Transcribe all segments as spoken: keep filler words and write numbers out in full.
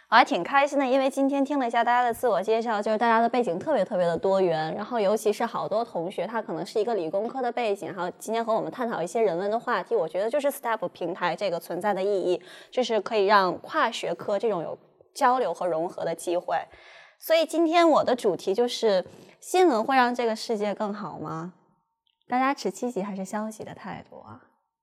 我还挺开心的，因为今天听了一下大家的自我介绍，就是大家的背景特别特别的多元，然后尤其是好多同学他可能是一个理工科的背景，然后今天和我们探讨一些人文的话题，我觉得就是 Step 平台这个存在的意义，就是可以让跨学科这种有交流和融合的机会。所以今天我的主题就是新闻会让这个世界更好吗？大家持积极还是消极的态度啊？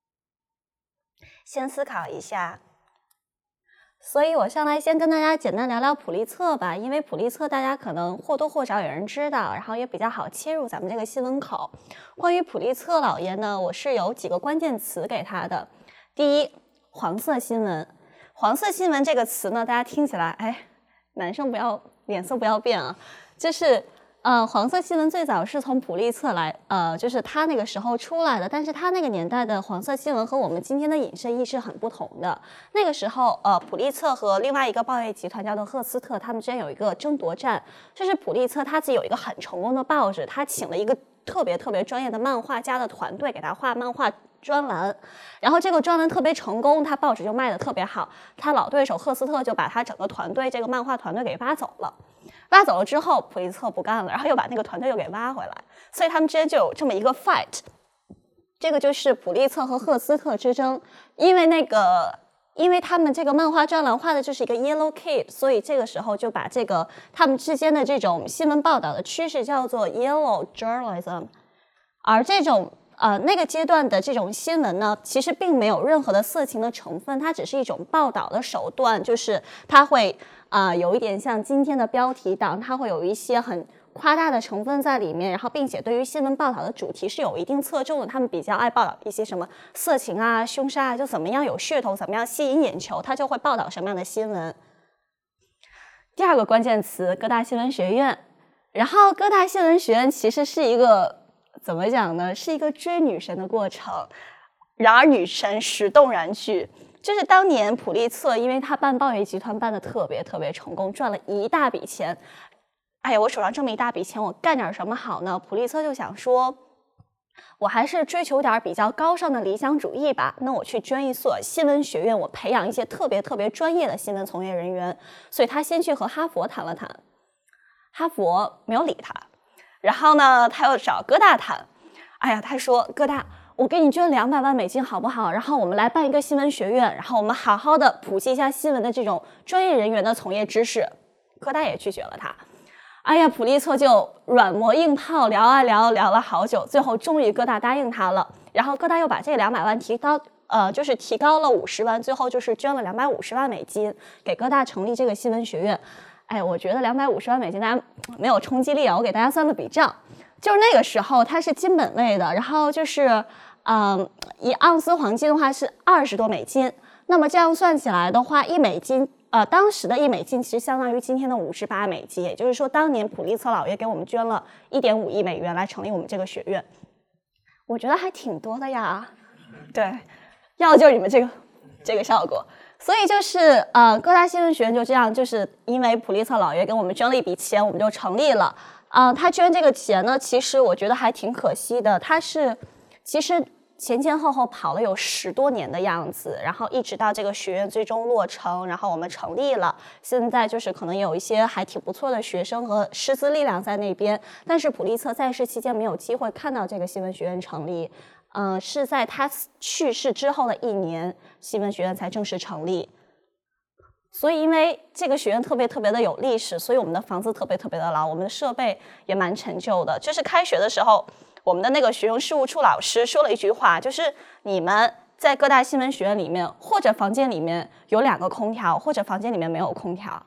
先思考一下。所以我上来先跟大家简单聊聊普利策吧，因为普利策大家可能或多或少有人知道，然后也比较好切入咱们这个新闻口。关于普利策老爷呢，我是有几个关键词给他的。第一，黄色新闻。黄色新闻这个词呢，大家听起来，哎，男生不要脸色不要变啊，就是呃，黄色新闻最早是从普利策来，呃，就是他那个时候出来的，但是他那个年代的黄色新闻和我们今天的引申义是很不同的。那个时候，呃，普利策和另外一个报业集团叫做赫斯特，他们之间有一个争夺战。就是普利策他自己有一个很成功的报纸，他请了一个特别特别专业的漫画家的团队给他画漫画专栏，然后这个专栏特别成功，他报纸就卖得特别好。他老对手赫斯特就把他整个团队这个漫画团队给挖走了。挖走了之后，普利策不干了，然后又把那个团队又给挖回来，所以他们之间就有这么一个 fight。这个就是普利策和赫斯特之争，因为那个，因为他们这个漫画专栏画的就是一个 yellow kid， 所以这个时候就把这个他们之间的这种新闻报道的趋势叫做 yellow journalism， 而这种呃那个阶段的这种新闻呢，其实并没有任何的色情的成分，它只是一种报道的手段，就是它会。啊、呃，有一点像今天的标题党，它会有一些很夸大的成分在里面，然后并且对于新闻报道的主题是有一定侧重的。他们比较爱报道一些什么色情啊、凶杀啊，就怎么样有噱头，怎么样吸引眼球，他就会报道什么样的新闻。第二个关键词，哥大新闻学院。然后哥大新闻学院其实是一个怎么讲呢？是一个追女神的过程。然而女神时动然去。就是当年普利策，因为他办报业集团办的特别特别成功，赚了一大笔钱。哎呀，我手上这么一大笔钱，我干点什么好呢？普利策就想说，我还是追求点比较高尚的理想主义吧。那我去捐一所新闻学院，我培养一些特别特别专业的新闻从业人员。所以他先去和哈佛谈了谈，哈佛没有理他。然后呢，他又找哥大谈。哎呀，他说哥大。我给你捐两百万美金好不好？然后我们来办一个新闻学院，然后我们好好的普及一下新闻的这种专业人员的从业知识。哥大也拒绝了他。哎呀，普利策就软磨硬泡，聊啊聊，聊了好久，最后终于哥大答应他了。然后哥大又把这两百万提高，呃，就是提高了五十万，最后就是捐了两百五十万美金给哥大成立这个新闻学院。哎，我觉得两百五十万美金大家没有冲击力啊，我给大家算了笔账。就是那个时候它是金本位的，然后就是嗯，一盎司黄金的话是二十多美金，那么这样算起来的话，一美金呃，当时的一美金其实相当于今天的五十八美金，也就是说当年普利策老爷给我们捐了一点五亿美元来成立我们这个学院。我觉得还挺多的呀。对，要的就是你们这个这个效果。所以就是呃，哥大新闻学院就这样，就是因为普利策老爷给我们捐了一笔钱，我们就成立了。啊、呃，他捐这个钱呢，其实我觉得还挺可惜的。他是其实前前后后跑了有十多年的样子，然后一直到这个学院最终落成，然后我们成立了。现在就是可能有一些还挺不错的学生和师资力量在那边，但是普利策在世期间没有机会看到这个新闻学院成立。嗯、呃，是在他去世之后的一年，新闻学院才正式成立。所以因为这个学院特别特别的有历史，所以我们的房子特别特别的老，我们的设备也蛮陈旧的。就是开学的时候，我们的那个学生事务处老师说了一句话，就是你们在各大新闻学院里面，或者房间里面有两个空调，或者房间里面没有空调。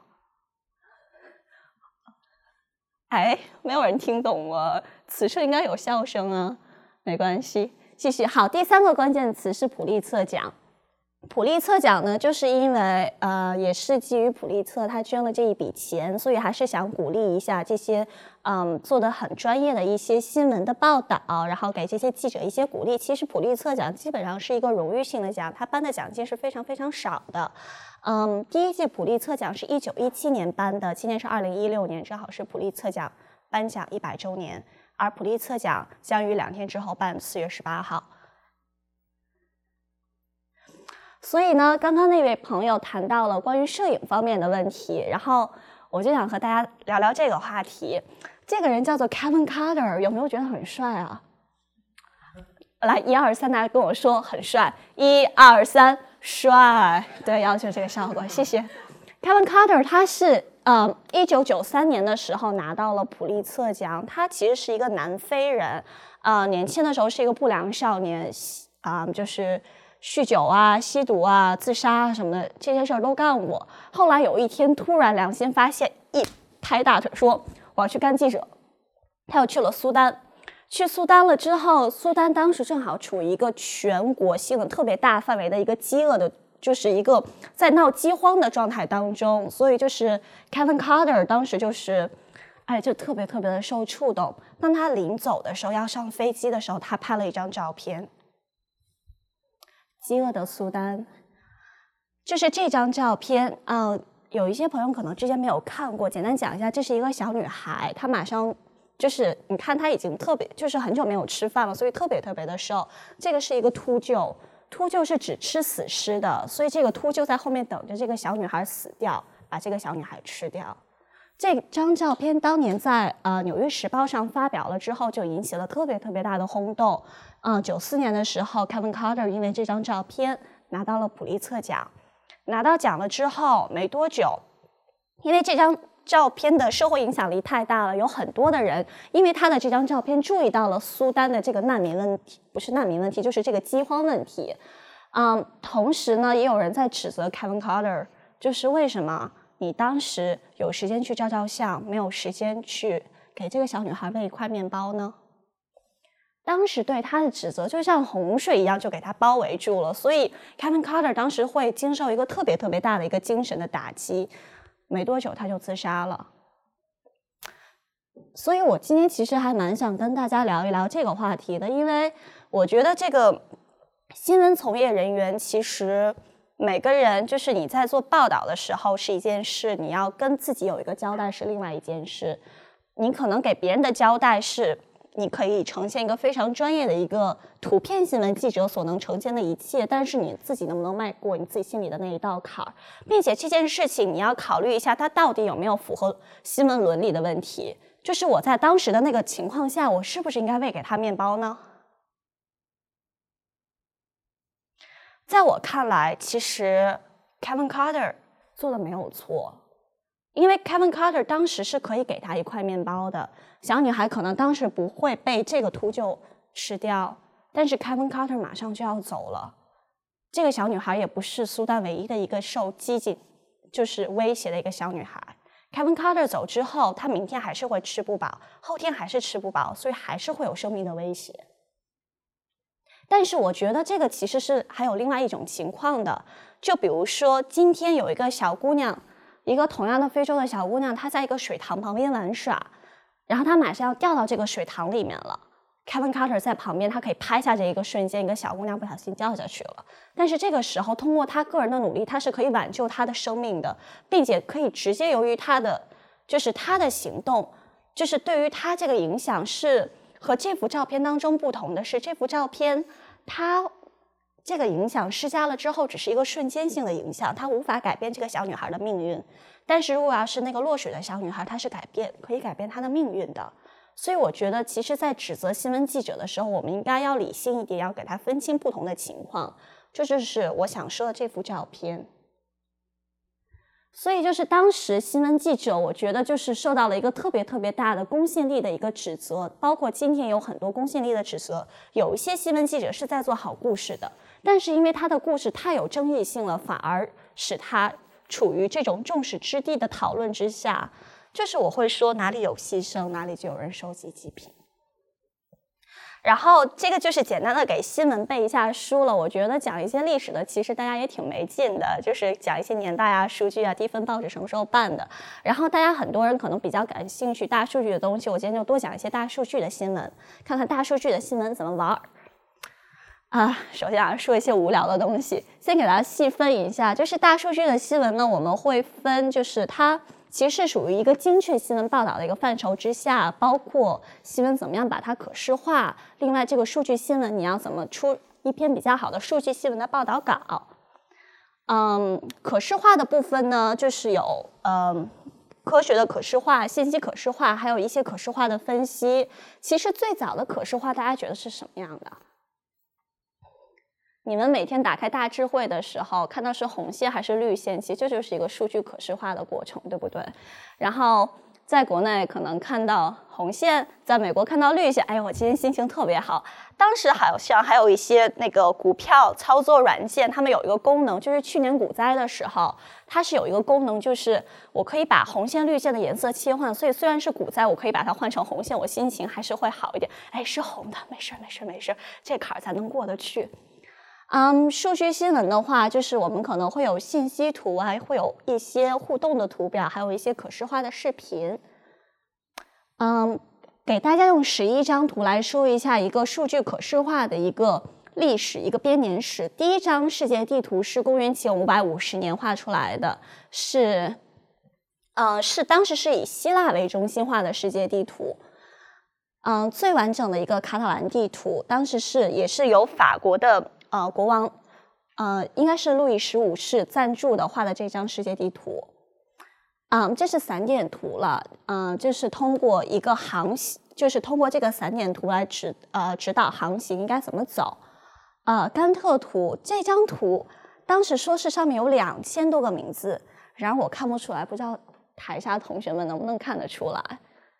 哎，没有人听懂啊，此处应该有笑声啊，没关系，继续。好，第三个关键词是普利策奖。普利策奖呢，就是因为呃，也是基于普利策他捐了这一笔钱，所以还是想鼓励一下这些嗯做得很专业的一些新闻的报道，然后给这些记者一些鼓励。其实普利策奖基本上是一个荣誉性的奖，他颁的奖金是非常非常少的。嗯，第一届普利策奖是一九一七年颁的，今年是二零一六年，正好是普利策奖颁奖一百周年，而普利策奖将于两天之后办，四月十八号。 所以呢，刚刚那位朋友谈到了关于摄影方面的问题，然后我就想和大家聊聊这个话题。这个人叫做 Kevin Carter， 有没有觉得很帅啊？来，一二三，大家跟我说很帅。一二三，帅。对，要求这个效果，谢谢。Kevin Carter 他是呃一九九三年的时候拿到了普利策奖，他其实是一个南非人，呃，年轻的时候是一个不良少年，啊、呃，就是酗酒啊、吸毒啊、自杀什么的这些事儿都干过。后来有一天突然良心发现，一拍大腿说我要去干记者，他又去了苏丹。去苏丹了之后，苏丹当时正好处于一个全国性的特别大范围的一个饥饿的，就是一个在闹饥荒的状态当中，所以就是 Kevin Carter 当时就是，哎，就特别特别的受触动。当他临走的时候，要上飞机的时候，他拍了一张照片，饥饿的苏丹，就是这张照片啊、呃，有一些朋友可能之前没有看过，简单讲一下，这是一个小女孩，她马上。就是你看他已经特别就是很久没有吃饭了，所以特别特别的瘦。这个是一个秃鹫，秃鹫是只吃死尸的，所以这个秃鹫在后面等着这个小女孩死掉，把这个小女孩吃掉。这张照片当年在呃《纽约时报》上发表了之后，就引起了特别特别大的轰动。嗯、呃，九四年的时候 ，Kevin Carter 因为这张照片拿到了普利策奖。拿到奖了之后没多久，因为这张。照片的社会影响力太大了，有很多的人因为他的这张照片注意到了苏丹的这个难民问题，不是难民问题，就是这个饥荒问题。嗯，同时呢，也有人在指责 Kevin Carter， 就是为什么你当时有时间去照照相，没有时间去给这个小女孩喂一块面包呢？当时对他的指责就像洪水一样，就给他包围住了，所以 Kevin Carter 当时会经受一个特别特别大的一个精神的打击。没多久他就自杀了，所以我今天其实还蛮想跟大家聊一聊这个话题的，因为我觉得这个新闻从业人员其实每个人就是你在做报道的时候是一件事，你要跟自己有一个交代是另外一件事。你可能给别人的交代是你可以呈现一个非常专业的一个图片新闻记者所能呈现的一切，但是你自己能不能迈过你自己心里的那一道坎儿，并且这件事情你要考虑一下它到底有没有符合新闻伦理的问题，就是我在当时的那个情况下，我是不是应该喂给他面包呢？在我看来，其实 Kevin Carter 做的没有错，因为 Kevin Carter 当时是可以给他一块面包的，小女孩可能当时不会被这个秃鹫吃掉，但是 Kevin Carter 马上就要走了。这个小女孩也不是苏丹唯一的一个受激进就是威胁的一个小女孩。Kevin Carter 走之后，她明天还是会吃不饱，后天还是吃不饱，所以还是会有生命的威胁。但是我觉得这个其实是还有另外一种情况的，就比如说今天有一个小姑娘，一个同样的非洲的小姑娘，她在一个水塘旁边玩耍，然后她马上要掉到这个水塘里面了。Kevin Carter 在旁边，他可以拍下这一个瞬间，一个小姑娘不小心掉下去了。但是这个时候，通过他个人的努力，他是可以挽救她的生命的，并且可以直接由于他的，就是他的行动，就是对于他这个影响是和这幅照片当中不同的是，这幅照片它这个影响施加了之后，只是一个瞬间性的影响，它无法改变这个小女孩的命运。但是如果要是那个落水的小女孩，她是改变可以改变她的命运的。所以我觉得，其实，在指责新闻记者的时候，我们应该要理性一点，要给他分清不同的情况。这就是我想说的这幅照片。所以就是当时新闻记者，我觉得就是受到了一个特别特别大的公信力的一个指责，包括今天有很多公信力的指责。有一些新闻记者是在做好故事的，但是因为他的故事太有争议性了，反而使他处于这种众矢之的的讨论之下。就是我会说，哪里有牺牲，哪里就有人收集祭品。然后这个就是简单的给新闻背一下书了。我觉得讲一些历史的，其实大家也挺没劲的，就是讲一些年代啊、数据啊、第一份报纸什么时候办的。然后大家很多人可能比较感兴趣大数据的东西，我今天就多讲一些大数据的新闻，看看大数据的新闻怎么玩。啊，首先啊，说一些无聊的东西，先给大家细分一下，就是大数据的新闻呢，我们会分，就是它其实是属于一个精确新闻报道的一个范畴之下，包括新闻怎么样把它可视化，另外这个数据新闻你要怎么出一篇比较好的数据新闻的报道稿。 嗯，可视化的部分呢，就是有嗯科学的可视化、信息可视化，还有一些可视化的分析。其实最早的可视化，大家觉得是什么样的？你们每天打开大智慧的时候，看到是红线还是绿线，其实这就是一个数据可视化的过程，对不对？然后在国内可能看到红线，在美国看到绿线，哎呦，我今天心情特别好。当时好像还有一些那个股票操作软件，他们有一个功能，就是去年股灾的时候，它是有一个功能，就是我可以把红线、绿线的颜色切换，所以虽然是股灾，我可以把它换成红线，我心情还是会好一点。哎，是红的，没事没事没事，这坎儿才能过得去。嗯，数据新闻的话，就是我们可能会有信息图啊，会有一些互动的图表，还有一些可视化的视频。嗯，给大家用十一张图来说一下一个数据可视化的一个历史，一个编年史。第一张世界地图是公元前五百五十年画出来的，是，呃，是当时是以希腊为中心画的世界地图。嗯，最完整的一个卡塔兰地图，当时是也是由法国的呃国王，呃应该是路易十五世赞助的画的这张世界地图。嗯，这是散点图了，嗯，这是通过一个航行，就是通过这个散点图来指呃指导航行应该怎么走。呃，甘特图这张图当时说是上面有两千多个名字，然而我看不出来，不知道台下同学们能不能看得出来。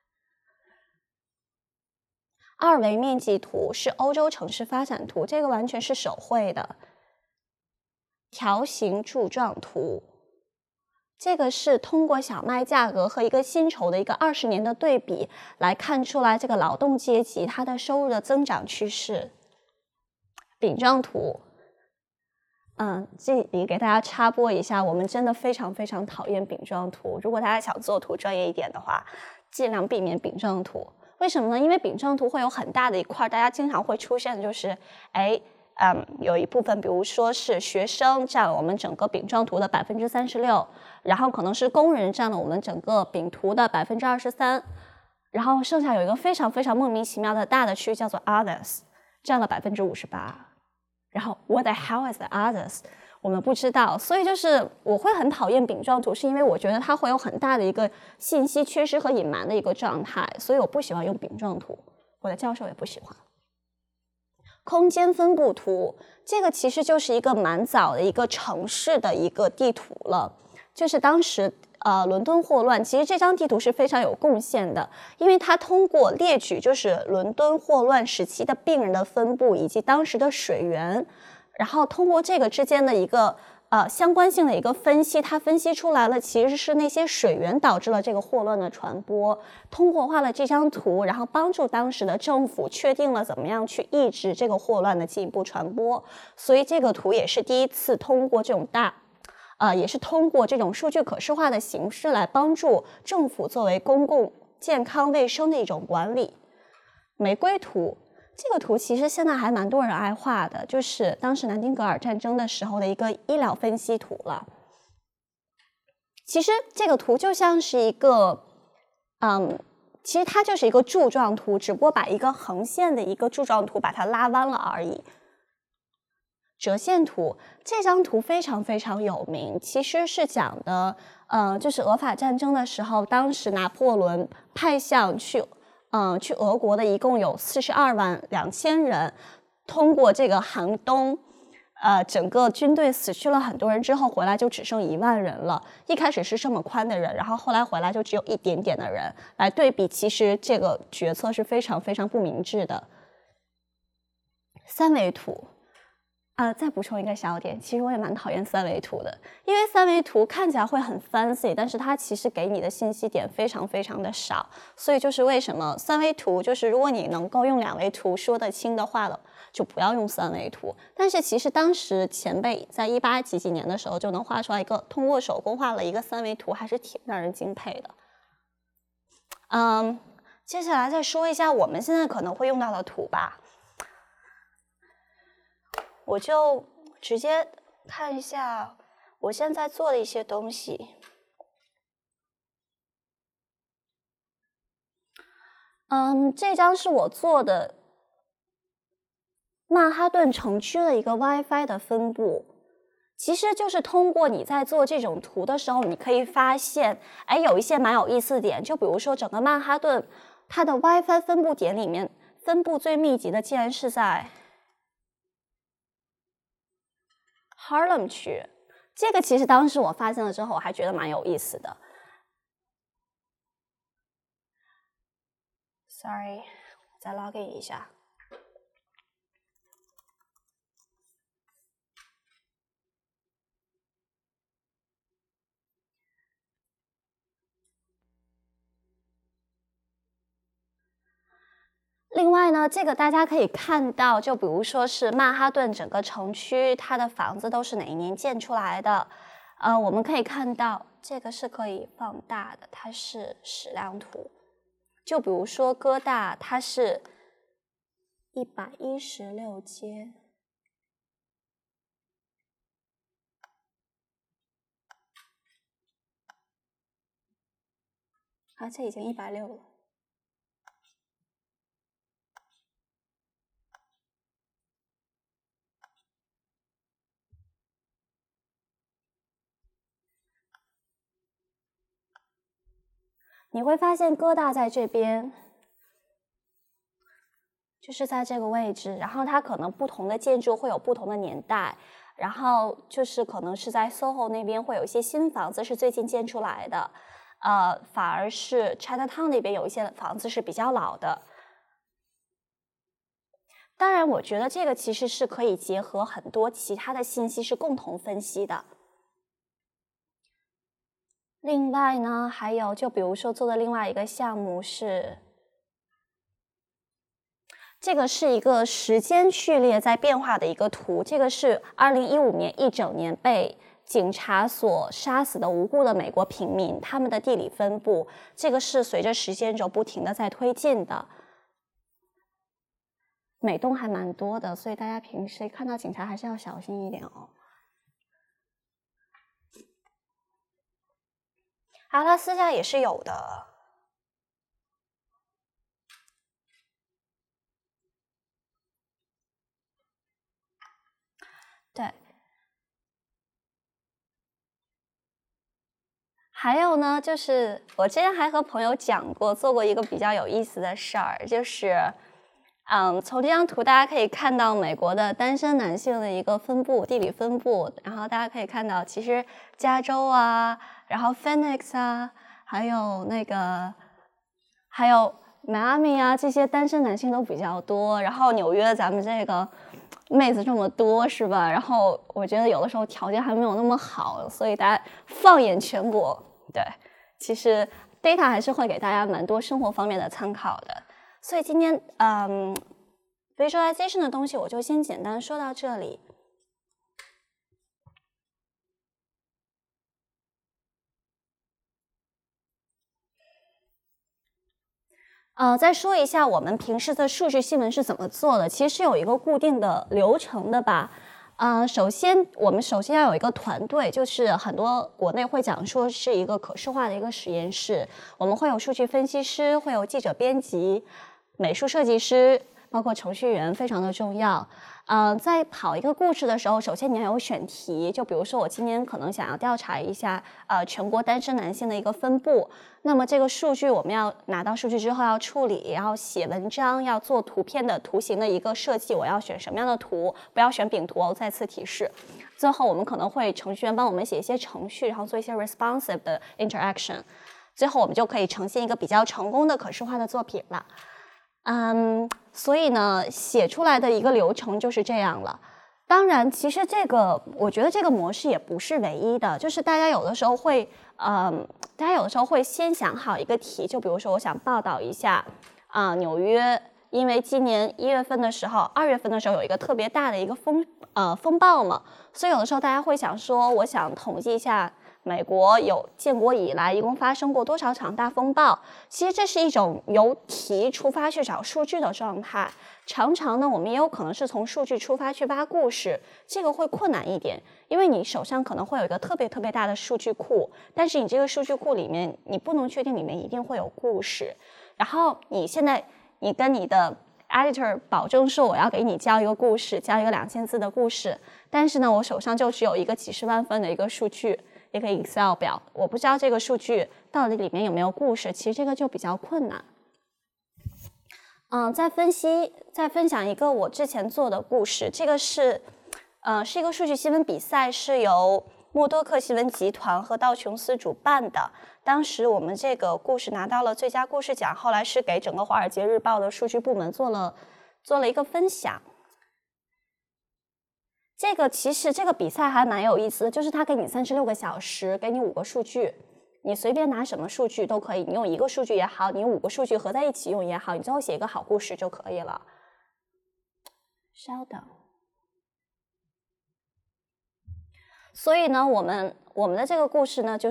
二维面积图是欧洲城市发展图，这个完全是手绘的。条形柱状图，这个是通过小麦价格和一个薪酬的一个二十年的对比，来看出来这个劳动阶级它的收入的增长趋势。饼状图，嗯，这里给大家插播一下，我们真的非常非常讨厌饼状图。如果大家想做图专业一点的话，尽量避免饼状图。为什么呢？因为饼状图会有很大的一块，大家经常会出现的就是，哎，嗯，有一部分，比如说是学生占了我们整个饼状图的百分之三十六，然后可能是工人占了我们整个饼图的百分之二十三，然后剩下有一个非常非常莫名其妙的大的区域叫做 others， 占了百分之五十八。然后 what the hell is the others？ 我们不知道，所以就是我会很讨厌饼状图，是因为我觉得它会有很大的一个信息缺失和隐瞒的一个状态，所以我不喜欢用饼状图，我的教授也不喜欢。空间分布图，这个其实就是一个蛮早的一个城市的一个地图了，就是当时呃伦敦霍乱，其实这张地图是非常有贡献的，因为它通过列举就是伦敦霍乱时期的病人的分布以及当时的水源。然后通过这个之间的一个呃相关性的一个分析，它分析出来了其实是那些水源导致了这个霍乱的传播。通过画了这张图，然后帮助当时的政府确定了怎么样去抑制这个霍乱的进一步传播。所以这个图也是第一次通过这种大，呃，也是通过这种数据可视化的形式来帮助政府作为公共健康卫生的一种管理。玫瑰图。这个图其实现在还蛮多人爱画的，就是当时南丁格尔战争的时候的一个医疗分析图了。其实这个图就像是一个，嗯，其实它就是一个柱状图，只不过把一个横线的一个柱状图把它拉弯了而已。折线图这张图非常非常有名，其实是讲的，呃，就是俄法战争的时候，当时拿破仑派向去。嗯，去俄国的一共有四十二万两千人，通过这个寒冬，呃，整个军队死去了很多人之后，回来就只剩一万人了。一开始是这么宽的人，然后后来回来就只有一点点的人。来对比，其实这个决策是非常非常不明智的。三维图。呃，再补充一个小点，其实我也蛮讨厌三维图的，因为三维图看起来会很 fancy， 但是它其实给你的信息点非常非常的少，所以就是为什么三维图就是如果你能够用两维图说得清的话了，就不要用三维图。但是其实当时前辈在一八几几年的时候就能画出来一个通过手工画了一个三维图，还是挺让人敬佩的。嗯，接下来再说一下我们现在可能会用到的图吧。我就直接看一下我现在做的一些东西。嗯，这张是我做的曼哈顿城区的一个 WiFi 的分布。 其实就是通过你在做这种图的时候，你可以发现，哎，有一些蛮有意思的点，就比如说整个曼哈顿，它的 WiFi 分布点里面，分布最密集的竟然是在 Harlem 区。这个其实当时我发现了之后，我还觉得蛮有意思的。Sorry， 再 login 一下。另外呢，这个大家可以看到，就比如说是曼哈顿整个城区，它的房子都是哪一年建出来的？呃，我们可以看到，这个是可以放大的，它是矢量图。就比如说哥大，它是一百一十六街，啊，这已经一百六了。你会发现哥大在这边，就是在这个位置，然后它可能不同的建筑会有不同的年代，然后就是可能是在 S O H O 那边会有一些新房子是最近建出来的，呃，反而是 Chinatown 那边有一些房子是比较老的。当然，我觉得这个其实是可以结合很多其他的信息是共同分析的。另外呢，还有就比如说做的另外一个项目是，这个是一个时间序列在变化的一个图，这个是二零一五年一整年被警察所杀死的无辜的美国平民，他们的地理分布，这个是随着时间轴不停的在推进的。美东还蛮多的，所以大家平时看到警察还是要小心一点哦。阿拉斯加也是有的。对。还有呢，就是我之前还和朋友讲过，做过一个比较有意思的事儿，就是，嗯，从这张图大家可以看到美国的单身男性的一个分布，地理分布，然后大家可以看到，其实加州啊，然后 Phoenix 啊，还有那个，还有迈阿密啊，这些单身男性都比较多，然后纽约咱们这个妹子这么多是吧？然后我觉得有的时候条件还没有那么好，所以大家放眼全国，对，其实 data 还是会给大家蛮多生活方面的参考的。所以今天嗯 visualization 的东西我就先简单说到这里。呃，再说一下我们平时的数据新闻是怎么做的，其实是有一个固定的流程的吧。呃，首先我们首先要有一个团队，就是很多国内会讲说是一个可视化的一个实验室，我们会有数据分析师，会有记者编辑、美术设计师，包括程序员，非常的重要。呃，在跑一个故事的时候，首先你要有选题，就比如说我今天可能想要调查一下呃全国单身男性的一个分布，那么这个数据我们要拿到数据之后要处理，要写文章，要做图片的图形的一个设计，我要选什么样的图，不要选饼图哦，再次提示。最后我们可能会程序员帮我们写一些程序，然后做一些 responsive 的 interaction， 最后我们就可以呈现一个比较成功的可视化的作品了。嗯，所以呢，写出来的一个流程就是这样了。当然，其实这个我觉得这个模式也不是唯一的，就是大家有的时候会，嗯，大家有的时候会先想好一个题，就比如说我想报道一下啊、呃，纽约，因为今年一月份的时候，二月份的时候有一个特别大的一个风呃风暴嘛，所以有的时候大家会想说，我想统计一下。美国有建国以来一共发生过多少场大风暴？其实这是一种由题出发去找数据的状态。常常呢，我们也有可能是从数据出发去挖故事，这个会困难一点，因为你手上可能会有一个特别特别大的数据库，但是你这个数据库里面，你不能确定里面一定会有故事。然后你现在你跟你的 editor 保证说我要给你交一个故事，交一个两千字的故事，但是呢，我手上就只有一个几十万份的一个数据，一个 Excel 表，我不知道这个数据到底里面有没有故事，其实这个就比较困难。嗯，再分析，再分享一个我之前做的故事，这个是，呃，是一个数据新闻比赛，是由默多克新闻集团和道琼斯主办的。当时我们这个故事拿到了最佳故事奖，后来是给整个《华尔街日报》的数据部门做了做了一个分享。这个其实这个比赛还蛮有意思的，就是他给你三十六个小时，给你五个数据。你随便拿什么数据都可以，你用一个数据也好，你用五个数据合在一起用也好，你最后写一个好故事就可以了。稍等。所以呢，我们我们的这个故事呢，就是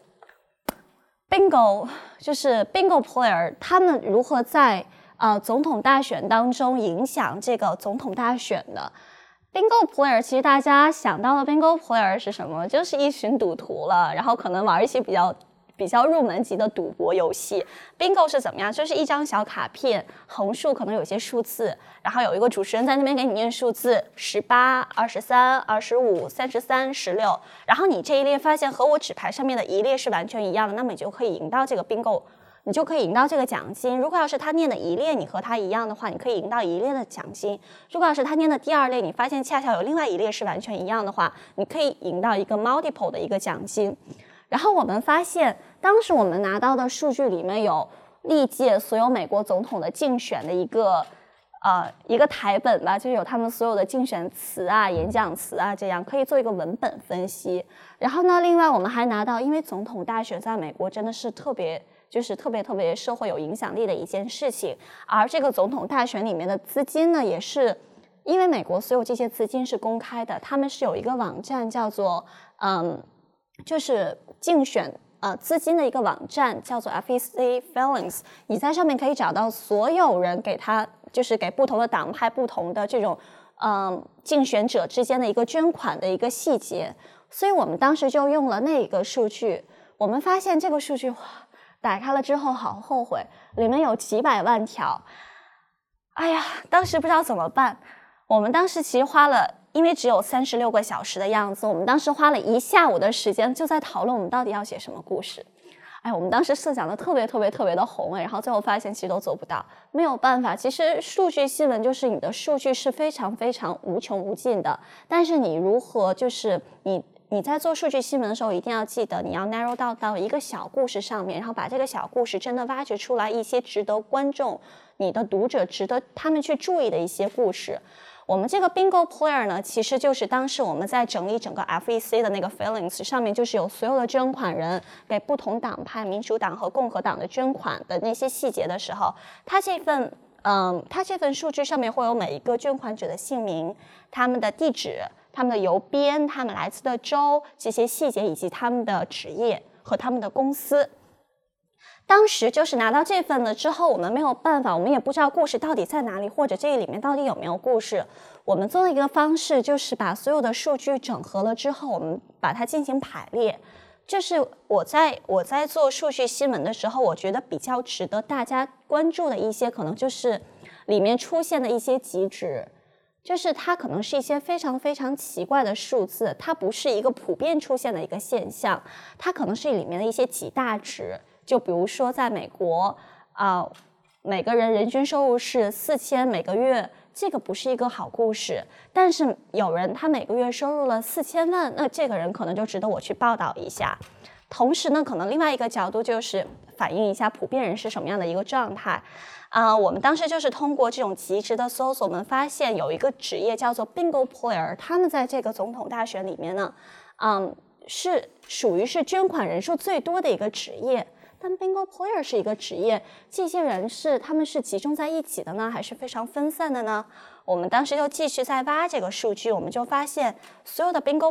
bingo， 就是 bingo player 他们如何在呃总统大选当中影响这个总统大选的。Bingo player 其实大家想到的 Bingo player 是什么？就是一群赌徒了，然后可能玩一些比较比较入门级的赌博游戏。Bingo 是怎么样？就是一张小卡片，横竖可能有些数字，然后有一个主持人在那边给你念数字，十八、二十三、二十五、三十三、十六，然后你这一列发现和我纸牌上面的一列是完全一样的，那么你就可以赢到这个 Bingo。你就可以赢到这个奖金。如果要是他念的一列你和他一样的话，你可以赢到一列的奖金。如果要是他念的第二列，你发现恰巧有另外一列是完全一样的话，你可以赢到一个 multiple 的一个奖金。然后我们发现，当时我们拿到的数据里面有历届所有美国总统的竞选的一个呃一个台本吧，就是有他们所有的竞选词啊、演讲词啊，这样可以做一个文本分析。然后呢，另外我们还拿到，因为总统大选在美国真的是特别。就是特别特别社会有影响力的一件事情，而这个总统大选里面的资金呢，也是因为美国所有这些资金是公开的，他们是有一个网站叫做嗯，就是竞选呃资金的一个网站叫做 F E C Filings， 你在上面可以找到所有人给他就是给不同的党派不同的这种嗯竞选者之间的一个捐款的一个细节，所以我们当时就用了那个数据，我们发现这个数据哇。打开了之后好后悔，里面有几百万条，哎呀，当时不知道怎么办。我们当时其实花了，因为只有三十六个小时的样子，我们当时花了一下午的时间就在讨论我们到底要写什么故事。哎，我们当时设想的特别特别特别的宏伟，然后最后发现其实都做不到，没有办法。其实数据新闻就是你的数据是非常非常无穷无尽的，但是你如何就是你。你在做数据新闻的时候，一定要记得你要 narrow down 到一个小故事上面，然后把这个小故事真的挖掘出来一些值得观众、你的读者值得他们去注意的一些故事。我们这个 Bingo Player 呢，其实就是当时我们在整理整个 F E C 的那个 Filings 上面，就是有所有的捐款人给不同党派、民主党和共和党的捐款的那些细节的时候，它这份嗯，它这份数据上面会有每一个捐款者的姓名、他们的地址。他们的邮编、他们来自的州这些细节，以及他们的职业和他们的公司。当时就是拿到这份了之后，我们没有办法，我们也不知道故事到底在哪里，或者这里面到底有没有故事。我们做了一个方式，就是把所有的数据整合了之后，我们把它进行排列。这是我在我在做数据新闻的时候，我觉得比较值得大家关注的一些，可能就是里面出现的一些极值。就是它可能是一些非常非常奇怪的数字，它不是一个普遍出现的一个现象，它可能是里面的一些极大值。就比如说在美国啊、呃，每个人人均收入是四千每个月，这个不是一个好故事。但是有人他每个月收入了四千万，那这个人可能就值得我去报道一下。同时呢，可能另外一个角度就是反映一下普遍人是什么样的一个状态。啊、呃，我们当时就是通过这种极值的搜索，我们发现有一个职业叫做 Bingo Player， 他们在这个总统大选里面呢，嗯，是属于是捐款人数最多的一个职业。但 Bingo Player 是一个职业，这些人是他们是集中在一起的呢，还是非常分散的呢？我们当时就继续在挖这个数据，我们就发现所有的 Bingo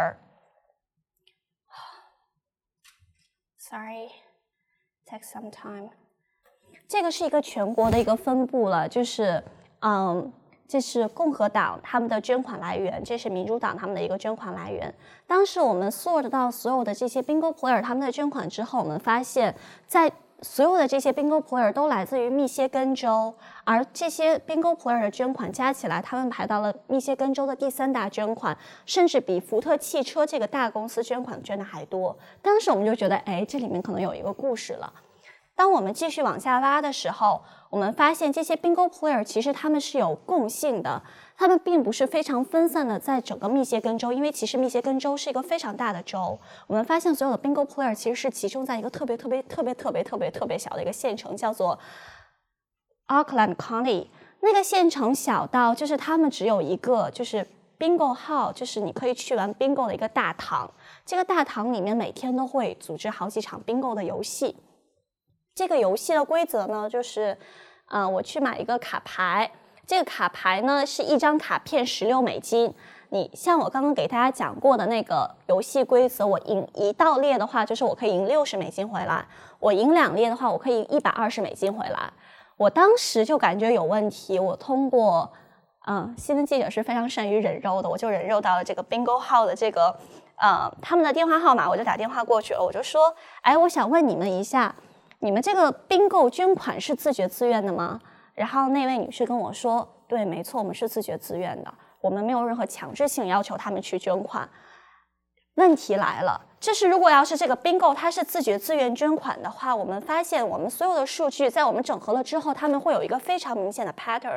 Player。Sorry, take some time. 这个是一个全国的一个分布了，就是嗯，这是共和党他们的捐款来源，这是民主党他们的一个捐款来源。当时我们 sort 到所有的这些 Bingo Player 他们的捐款之后，我们发现在所有的这些 bingo player 都来自于密歇根州，而这些 bingo player 的捐款加起来，他们排到了密歇根州的第三大捐款，甚至比福特汽车这个大公司捐款捐的还多。当时我们就觉得，哎，这里面可能有一个故事了。当我们继续往下挖的时候，我们发现这些 bingo player 其实他们是有共性的，他们并不是非常分散的在整个密歇根州，因为其实密歇根州是一个非常大的州。我们发现所有的 bingo player 其实是集中在一个特别特别特别特别特别特别小的一个县城，叫做 Oakland County。那个县城小到就是他们只有一个就是 bingo hall， 就是你可以去玩 bingo 的一个大堂。这个大堂里面每天都会组织好几场 bingo 的游戏。这个游戏的规则呢，就是，呃，我去买一个卡牌，这个卡牌呢是一张卡片十六美金。你像我刚刚给大家讲过的那个游戏规则，我赢一道列的话，就是我可以赢六十美金回来；我赢两列的话，我可以赢一百二十美金回来。我当时就感觉有问题，我通过，嗯，新闻记者是非常善于人肉的，我就人肉到了这个 bingo 号的这个，呃，他们的电话号码，我就打电话过去了，我就说，哎，我想问你们一下。你们这个 bingo 捐款是自觉自愿的吗？然后那位女士跟我说，对，没错，我们是自觉自愿的，我们没有任何强制性要求他们去捐款。问题来了，就是如果要是这个 bingo 它是自觉自愿捐款的话，我们发现我们所有的数据在我们整合了之后，他们会有一个非常明显的 pattern，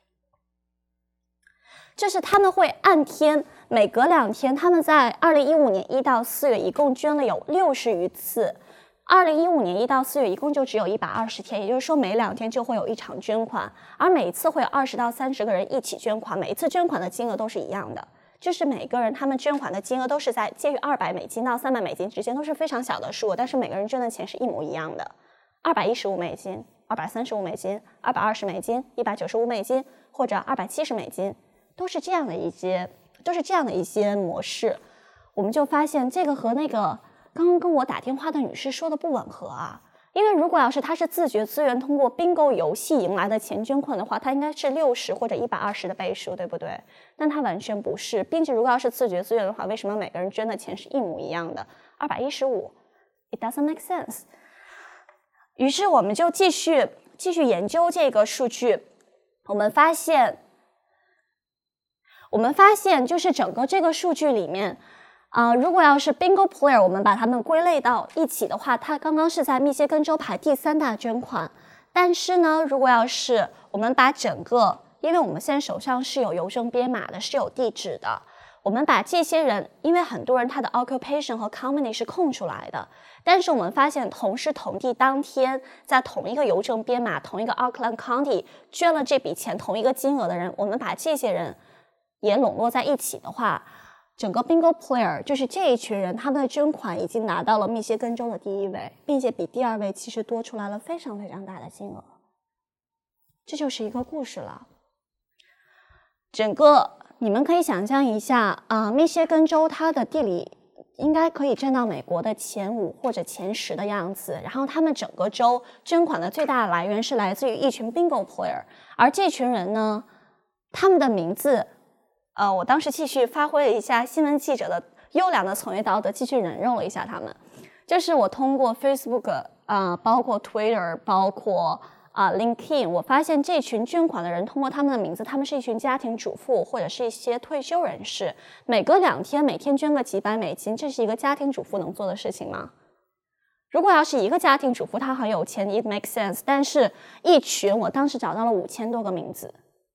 就是他们会按天，每隔两天，他们在二零一五年一到四月一共捐了有六十余次。二零一五年一到四月一共就只有一百二十天，也就是说每两天就会有一场捐款，而每一次会有二十到三十个人一起捐款，每一次捐款的金额都是一样的，就是每个人他们捐款的金额都是在介于二百美金到三百美金之间，都是非常小的数，但是每个人捐的钱是一模一样的，二百一十五美金、二百三十五美金、二百二十美金、一百九十五美金或者二百七十美金，都是这样的一些，都是这样的一些模式。我们就发现这个和那个刚刚跟我打电话的女士说的不吻合啊，因为如果要是她是自觉自愿通过 bingo 游戏赢来的钱捐款的话，她应该是六十或者一百二十的倍数，对不对？但她完全不是，并且如果要是自觉自愿的话，为什么每个人捐的钱是一模一样的？二百一十五 ，it doesn't make sense。于是我们就继续继续研究这个数据，我们发现，我们发现就是整个这个数据里面。呃，如果要是 bingo player， 我们把它们归类到一起的话，它刚刚是在密歇根州排第三大捐款。但是呢，如果要是我们把整个，因为我们现在手上是有邮政编码的，是有地址的，我们把这些人，因为很多人他的 occupation 和 company 是空出来的，但是我们发现同时同地当天，在同一个邮政编码、同一个 Oakland County 捐了这笔钱同一个金额的人，我们把这些人也笼络在一起的话，整个 bingo player 就是这一群人，他们的捐款已经拿到了密歇根州的第一位，并且比第二位其实多出来了非常非常大的金额。这就是一个故事了。整个你们可以想象一下啊、呃，密歇根州它的地理应该可以占到美国的前五或者前十的样子，然后他们整个州捐款的最大的来源是来自于一群 bingo player， 而这群人呢，他们的名字。呃，我当时继续发挥了一下新闻记者的优良的从业道德，继续人肉了一下他们。就是我通过 Facebook 啊、呃，包括 Twitter， 包括啊、呃、LinkedIn， 我发现这群捐款的人，通过他们的名字，他们是一群家庭主妇或者是一些退休人士，每隔两天每天捐个几百美金，这是一个家庭主妇能做的事情吗？如果要是一个家庭主妇，她很有钱 ，it makes sense。但是一群，我当时找到了五千多个名字。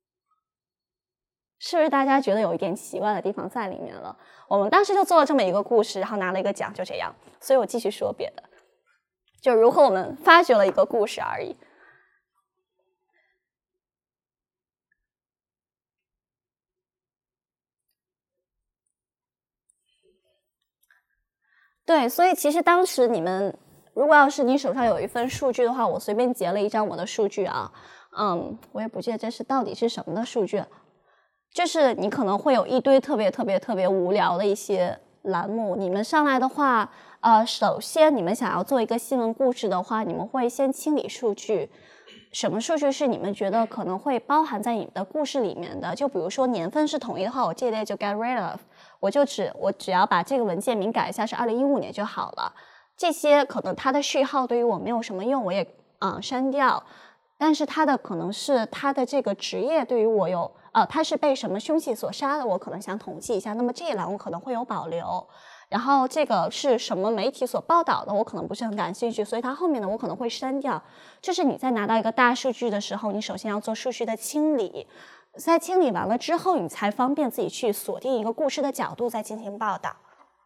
是不是大家觉得有一点奇怪的地方在里面了？我们当时就做了这么一个故事，然后拿了一个奖，就这样。所以我继续说别的，就如何我们发掘了一个故事而已。对，所以其实当时你们，如果要是你手上有一份数据的话，我随便截了一张我的数据啊，嗯，我也不记得这是到底是什么的数据。就是你可能会有一堆特别特别特别无聊的一些栏目，你们上来的话，呃，首先你们想要做一个新闻故事的话，你们会先清理数据，什么数据是你们觉得可能会包含在你们的故事里面的？就比如说年份是统一的话，我这类就 get rid of， 我就只我只要把这个文件名改一下是二零一五年就好了。 这些可能他的序号对于我没有什么用，我也啊、呃、删掉。但是他的可能是他的这个职业对于我有呃，他是被什么凶器所杀的，我可能想统计一下，那么这一栏我可能会有保留。然后这个是什么媒体所报道的，我可能不是很感兴趣，所以它后面呢我可能会删掉。就是你在拿到一个大数据的时候，你首先要做数据的清理，在清理完了之后，你才方便自己去锁定一个故事的角度再进行报道。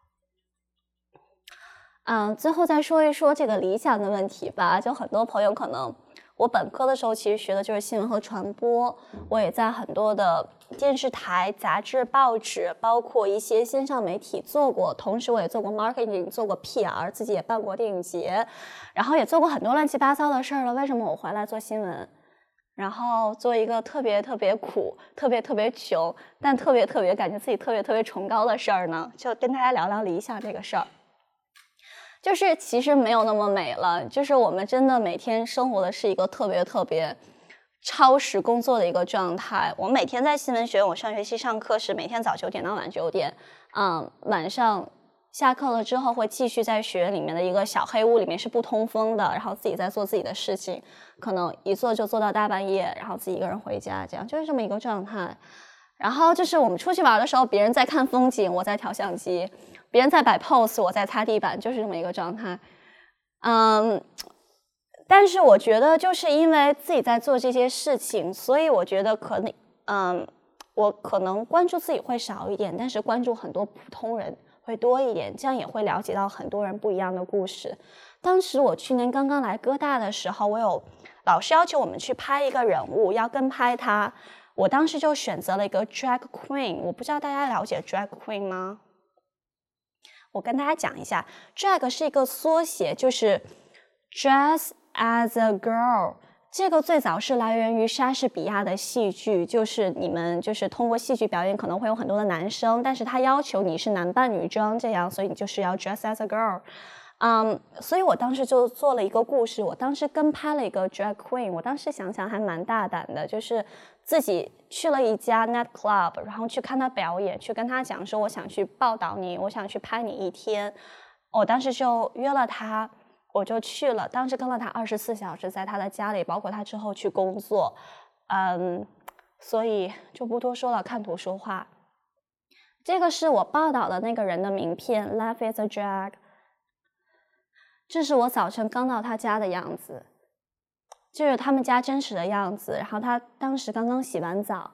嗯，最后再说一说这个理想的问题吧。就很多朋友可能，我本科的时候其实学的就是新闻和传播，我也在很多的电视台、杂志、报纸，包括一些线上媒体做过，同时我也做过 marketing， 做过 P R， 自己也办过电影节，然后也做过很多乱七八糟的事儿了。为什么我回来做新闻，然后做一个特别特别苦、特别特别穷，但特别特别感觉自己特别特别崇高的事儿呢？就跟大家聊聊理想这个事儿。就是其实没有那么美了，就是我们真的每天生活的是一个特别特别超时工作的一个状态。我每天在新闻学院，我上学期上课是每天早九点到晚九点，嗯，晚上下课了之后会继续在学院里面的一个小黑屋里面是不通风的，然后自己在做自己的事情，可能一做就做到大半夜，然后自己一个人回家，这样就是这么一个状态。然后就是我们出去玩的时候，别人在看风景，我在调相机。别人在摆 pose， 我在擦地板，就是这么一个状态。嗯，但是我觉得就是因为自己在做这些事情，所以我觉得可能，嗯，我可能关注自己会少一点，但是关注很多普通人会多一点，这样也会了解到很多人不一样的故事。当时我去年刚刚来哥大的时候，我有老师要求我们去拍一个人物，要跟拍他，我当时就选择了一个 drag queen。我不知道大家了解 drag queen 吗？我跟大家讲一下 drag 是一个缩写，就是 dress as a girl。 这个最早是来源于莎士比亚的戏剧，就是你们就是通过戏剧表演可能会有很多的男生，但是他要求你是男扮女装这样，所以你就是要 dress as a girl。嗯，所以我当时就做了一个故事，我当时跟拍了一个 drag queen。 我当时想想还蛮大胆的，就是自己去了一家 night club， 然后去看他表演，去跟他讲说我想去报道你，我想去拍你一天。我当时就约了他，我就去了，当时跟了他二十四小时，在他的家里，包括他之后去工作。嗯，所以就不多说了，看图说话。这个是我报道的那个人的名片 Life is a drag。这是我早晨刚到他家的样子，就是他们家真实的样子。然后他当时刚刚洗完澡，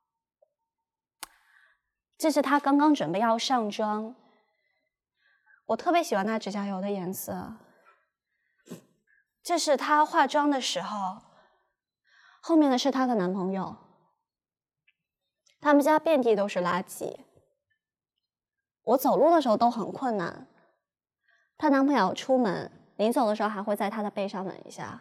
这是他刚刚准备要上妆。我特别喜欢他指甲油的颜色。这是他化妆的时候，后面的是他的男朋友。他们家遍地都是垃圾，我走路的时候都很困难。她男朋友出门临走的时候还会在她的背上吻一下。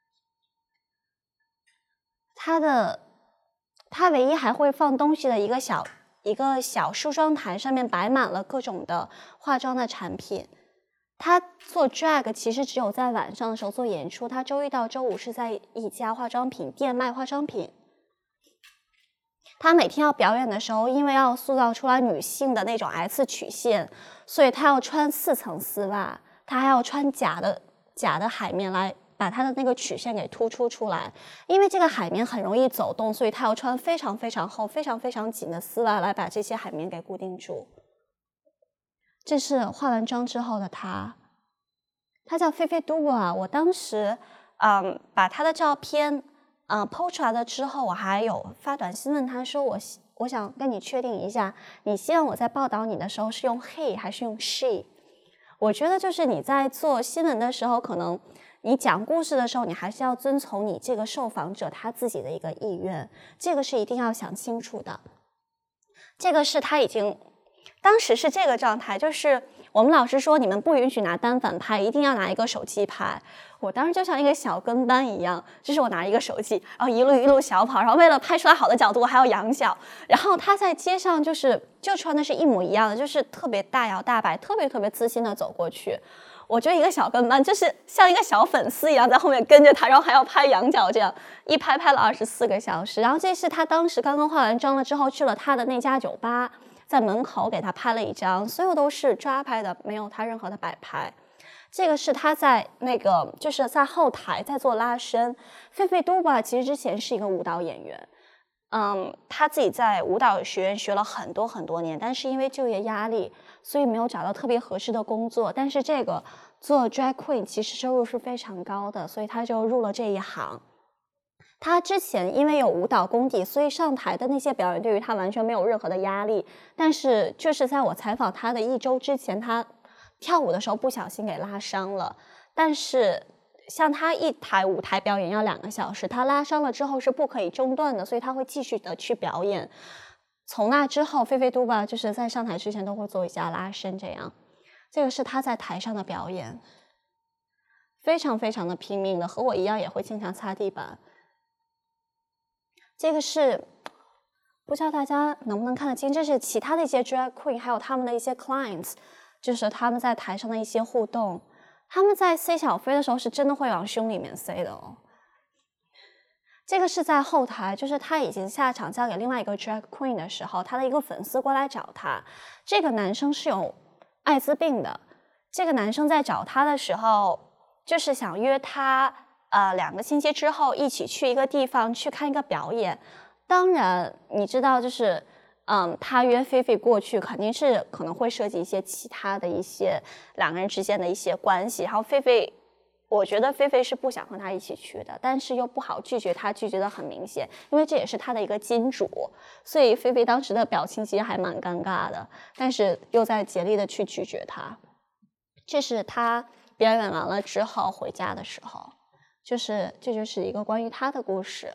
她的她唯一还会放东西的一个小一个小梳妆台上面摆满了各种的化妆的产品。她做 drag 其实只有在晚上的时候做演出，她周一到周五是在一家化妆品店卖化妆品。她每天要表演的时候，因为要塑造出来女性的那种 S 曲线，所以她要穿四层丝袜，她还要穿假的假的海绵来把她的那个曲线给突出出来。因为这个海绵很容易走动，所以她要穿非常非常厚、非常非常紧的丝袜来把这些海绵给固定住。这是化完妆之后的她，她叫菲菲杜瓦。我当时嗯把她的照片嗯 po 出来了之后，我还有发短信问她说，我我想跟你确定一下，你希望我在报道你的时候是用 he 还是用 she。 我觉得就是你在做新闻的时候，可能你讲故事的时候，你还是要遵从你这个受访者他自己的一个意愿，这个是一定要想清楚的。这个是他已经当时是这个状态，就是我们老师说你们不允许拿单反拍，一定要拿一个手机拍。我当时就像一个小跟班一样，就是我拿一个手机，然后一路一路小跑，然后为了拍出来好的角度，我还要仰角。然后他在街上就是就穿的是一模一样的，就是特别大摇大摆，特别特别自信的走过去。我觉得一个小跟班就是像一个小粉丝一样在后面跟着他，然后还要拍仰角，这样一拍拍了二十四个小时。然后这是他当时刚刚化完妆了之后去了他的那家酒吧，在门口给他拍了一张，所有都是抓拍的，没有他任何的摆拍。 这个是他在那个就是在后台在做拉伸。菲菲杜巴其实之前是一个舞蹈演员，嗯，他自己在舞蹈学院学了很多很多年，但是因为就业压力，所以没有找到特别合适的工作。但是这个做 drag queen 其实收入是非常高的，所以他就入了这一行。他之前因为有舞蹈功底，所以上台的那些表演对于他完全没有任何的压力。但是就是在我采访他的一周之前，他跳舞的时候不小心给拉伤了。但是像他一台舞台表演要两个小时，他拉伤了之后是不可以中断的，所以他会继续的去表演。从那之后，菲菲杜巴就是在上台之前都会做一下拉伸，这样。这个是他在台上的表演，非常非常的拼命的，和我一样也会经常擦地板。这个是不知道大家能不能看得清，这是其他的一些 drag queen 还有他们的一些 clients， 就是他们在台上的一些互动。他们在塞小飞的时候是真的会往胸里面塞的哦。这个是在后台，就是他已经下场交给另外一个 drag queen 的时候，他的一个粉丝过来找他。这个男生是有艾滋病的，这个男生在找他的时候就是想约他呃，两个星期之后一起去一个地方去看一个表演。当然你知道就是嗯，他约菲菲过去肯定是可能会涉及一些其他的一些两个人之间的一些关系，然后菲菲我觉得菲菲是不想和他一起去的，但是又不好拒绝他，拒绝的很明显，因为这也是他的一个金主，所以菲菲当时的表情其实还蛮尴尬的，但是又在竭力的去拒绝他。这是他表演完了之后回家的时候，就是这就是一个关于他的故事。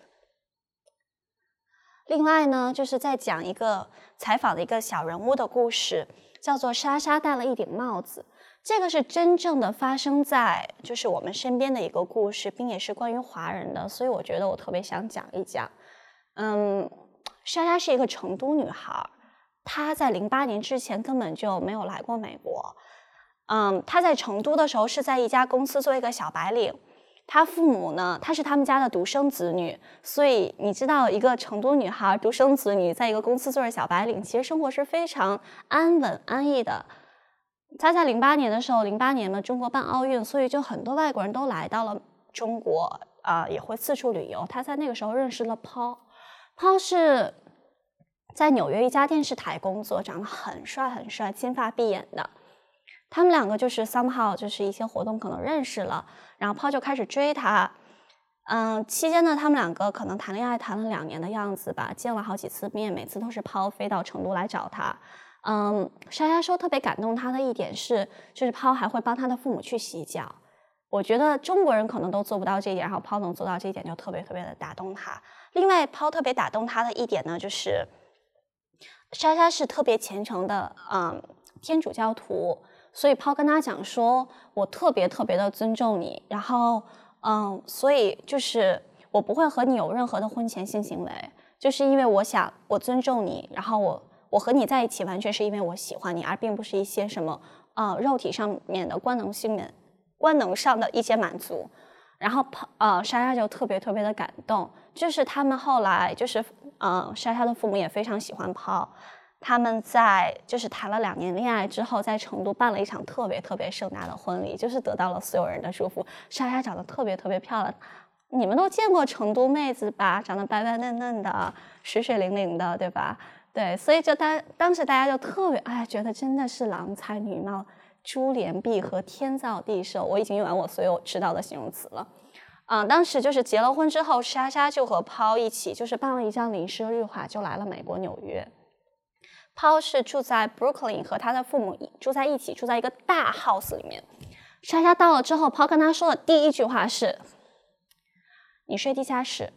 另外呢，就是在讲一个采访的一个小人物的故事，叫做莎莎戴了一顶帽子。这个是真正的发生在就是我们身边的一个故事，并且是关于华人的，所以我觉得我特别想讲一讲。嗯，莎莎是一个成都女孩，她在零八年之前根本就没有来过美国。嗯，她在成都的时候是在一家公司做一个小白领。她父母呢，她是他们家的独生子女，所以你知道一个成都女孩独生子女在一个公司做着小白领，其实生活是非常安稳安逸的。她在零八年的时候，零八年呢中国办奥运，所以就很多外国人都来到了中国啊、呃，也会四处旅游。她在那个时候认识了 Paul，Paul 是在纽约一家电视台工作，长得很帅很帅，金发碧眼的。他们两个就是 somehow 就是一些活动可能认识了，然后 Paul 就开始追她。嗯，期间呢，他们两个可能谈恋爱谈了两年的样子吧，见了好几次面，每次都是 Paul 飞到成都来找她。嗯，莎莎说特别感动她的一点是，就是 Paul 还会帮她的父母去洗脚。我觉得中国人可能都做不到这一点，然后 Paul 能做到这一点，就特别特别的打动她。另外 Paul 特别打动她的一点呢，就是莎莎是特别虔诚的嗯天主教徒。所以 Paul 跟他讲说，我特别特别的尊重你，然后嗯，所以就是我不会和你有任何的婚前性行为，就是因为我想我尊重你，然后我我和你在一起完全是因为我喜欢你，而并不是一些什么呃肉体上面的官能性的官能上的一些满足。然后呃莎莎就特别特别的感动，就是他们后来就是呃莎莎的父母也非常喜欢 Paul。他们在就是谈了两年恋爱之后，在成都办了一场特别特别盛大的婚礼，就是得到了所有人的祝福。莎莎长得特别特别漂亮，你们都见过成都妹子吧？长得白白嫩嫩的，水水灵灵的，对吧？对，所以就当当时大家就特别哎，觉得真的是郎才女貌、珠联璧合、天造地设。我已经用完我所有知道的形容词了。啊、嗯，当时就是结了婚之后，莎莎就和 Paul 一起就是办了一张临时绿卡，就来了美国纽约。Paul 是住在 Brooklyn， 和他的父母住在一起，住在一个大 house 里面。莎莎到了之后 Paul 跟他说的第一句话是，你睡地下室。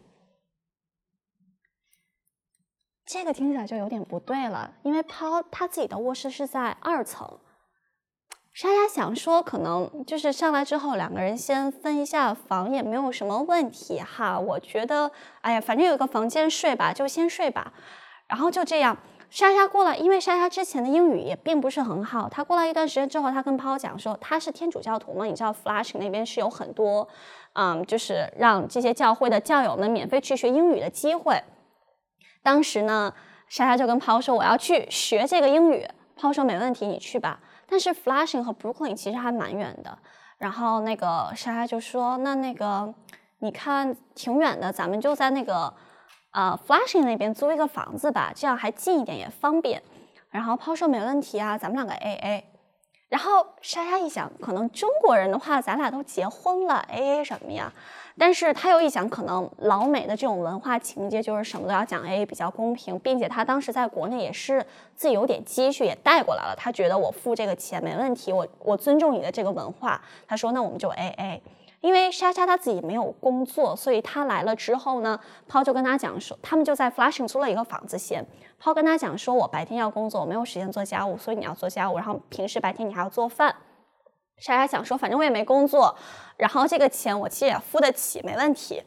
这个听起来就有点不对了，因为 Paul 他自己的卧室是在二层。莎莎想说可能就是上来之后两个人先分一下房也没有什么问题哈，我觉得哎呀反正有一个房间睡吧，就先睡吧。然后就这样莎莎过来，因为莎莎之前的英语也并不是很好，她过来一段时间之后，她跟 Paul 讲说，她是天主教徒嘛，你知道 Flushing 那边是有很多，嗯，就是让这些教会的教友们免费去学英语的机会。当时呢，莎莎就跟 Paul 说，我要去学这个英语。Paul 说没问题，你去吧。但是 Flushing 和 Brooklyn 其实还蛮远的， 然后那个莎莎就说：“那那个你看挺远的，咱们就在那个呃 Flushing 那边租一个房子吧，这样还近一点也方便。”然后抛说：“没问题啊，咱们两个 A A。”然后莎莎一想，可能中国人的话，咱俩都结婚了 ，A A 什么呀？但是他又一想，可能老美的这种文化情节就是什么都要讲 A A 比较公平，并且他当时在国内也是自己有点积蓄也带过来了，他觉得我付这个钱没问题，我我尊重你的这个文化。他说那我们就 A A。因为莎莎她自己没有工作，所以她来了之后呢，抛就跟他讲说，他们就在 Flushing 租了一个房子先。抛跟他讲说，我白天要工作，我没有时间做家务，所以你要做家务，然后平时白天你还要做饭。莎莎想说，反正我也没工作，然后这个钱我其实也付得起，没问题。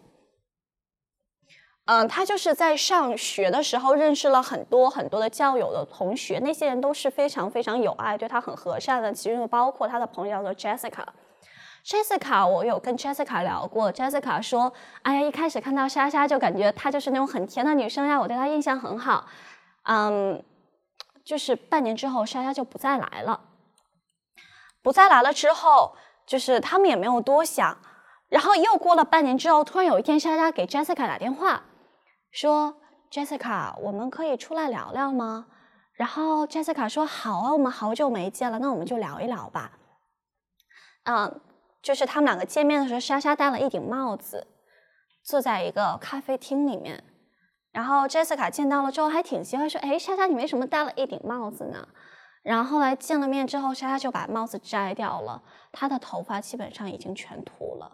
嗯，他就是在上学的时候认识了很多很多的教友的同学，那些人都是非常非常有爱，对他很和善的，其中包括他的朋友叫做 Jessica。Jessica 我有跟 Jessica 聊过， Jessica 说，哎呀，一开始看到莎莎就感觉她就是那种很甜的女生呀，我对她印象很好。嗯，就是半年之后莎莎就不再来了，不再来了之后，就是他们也没有多想，然后又过了半年之后，突然有一天莎莎给 Jessica 打电话说， Jessica 我们可以出来聊聊吗？然后 Jessica 说好啊，我们好久没见了，那我们就聊一聊吧。嗯，就是他们两个见面的时候，莎莎戴了一顶帽子，坐在一个咖啡厅里面。然后 Jessica 见到了之后还挺奇怪，说：“哎，莎莎，你为什么戴了一顶帽子呢？”然后后来见了面之后，莎莎就把帽子摘掉了，她的头发基本上已经全秃了。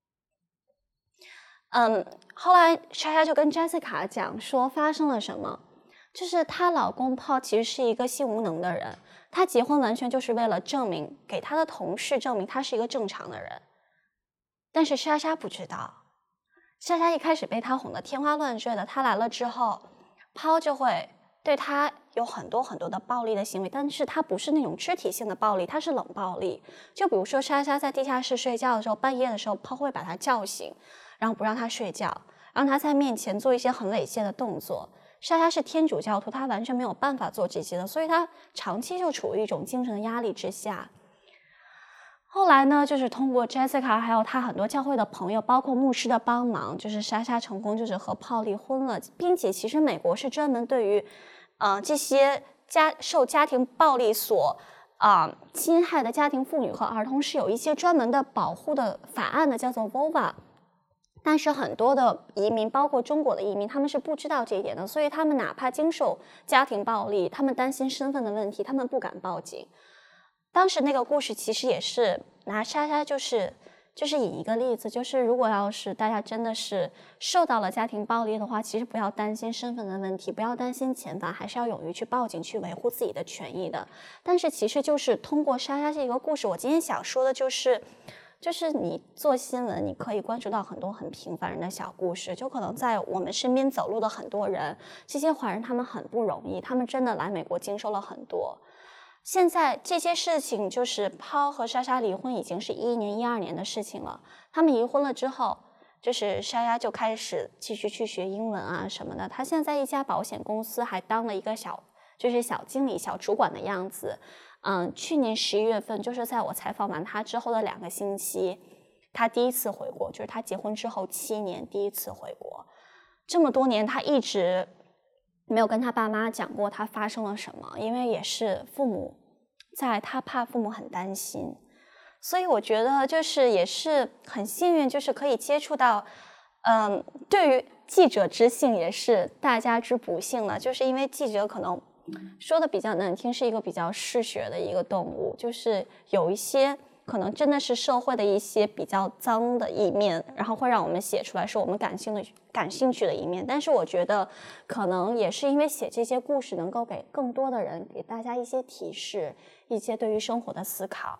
嗯，后来莎莎就跟 Jessica 讲说发生了什么，就是她老公 Paul 其实是一个性无能的人，他结婚完全就是为了证明给他的同事证明他是一个正常的人，但是莎莎不知道。莎莎一开始被他哄得天花乱坠的，他来了之后，Paul就会对他有很多很多的暴力的行为，但是他不是那种肢体性的暴力，他是冷暴力。就比如说莎莎在地下室睡觉的时候，半夜的时候Paul会把她叫醒，然后不让她睡觉，让她在面前做一些很猥亵的动作。莎莎是天主教徒，她完全没有办法做这些的，所以她长期就处于一种精神的压力之下。后来呢，就是通过 Jessica 还有她很多教会的朋友，包括牧师的帮忙，就是莎莎成功就是和Paul离婚了，并且其实美国是专门对于呃这些家受家庭暴力所啊、呃、侵害的家庭妇女和儿童是有一些专门的保护的法案的，叫做 V O V A。但是很多的移民，包括中国的移民，他们是不知道这一点的，所以他们哪怕经受家庭暴力，他们担心身份的问题，他们不敢报警。当时那个故事其实也是拿莎莎就是就是引一个例子，就是如果要是大家真的是受到了家庭暴力的话，其实不要担心身份的问题，不要担心遣返，还是要勇于去报警，去维护自己的权益的。但是其实就是通过莎莎这个故事，我今天想说的就是就是你做新闻，你可以关注到很多很平凡人的小故事，就可能在我们身边走路的很多人，这些华人他们很不容易，他们真的来美国经受了很多。现在这些事情就是Paul和莎莎离婚已经是一一年、一二年的事情了。他们离婚了之后，就是莎莎就开始继续去学英文啊什么的。她现在在一家保险公司还当了一个小，就是小经理、小主管的样子。嗯，去年十一月份，就是在我采访完她之后的两个星期，她第一次回国，就是她结婚之后七年第一次回国。这么多年，她一直没有跟他爸妈讲过他发生了什么，因为也是父母在，他怕父母很担心，所以我觉得就是也是很幸运，就是可以接触到，嗯，对于记者之幸也是大家之不幸了，就是因为记者可能说的比较难听，是一个比较嗜血的一个动物，就是有一些可能真的是社会的一些比较脏的一面，然后会让我们写出来是我们感兴趣感兴趣的一面。但是我觉得可能也是因为写这些故事能够给更多的人，给大家一些提示，一些对于生活的思考。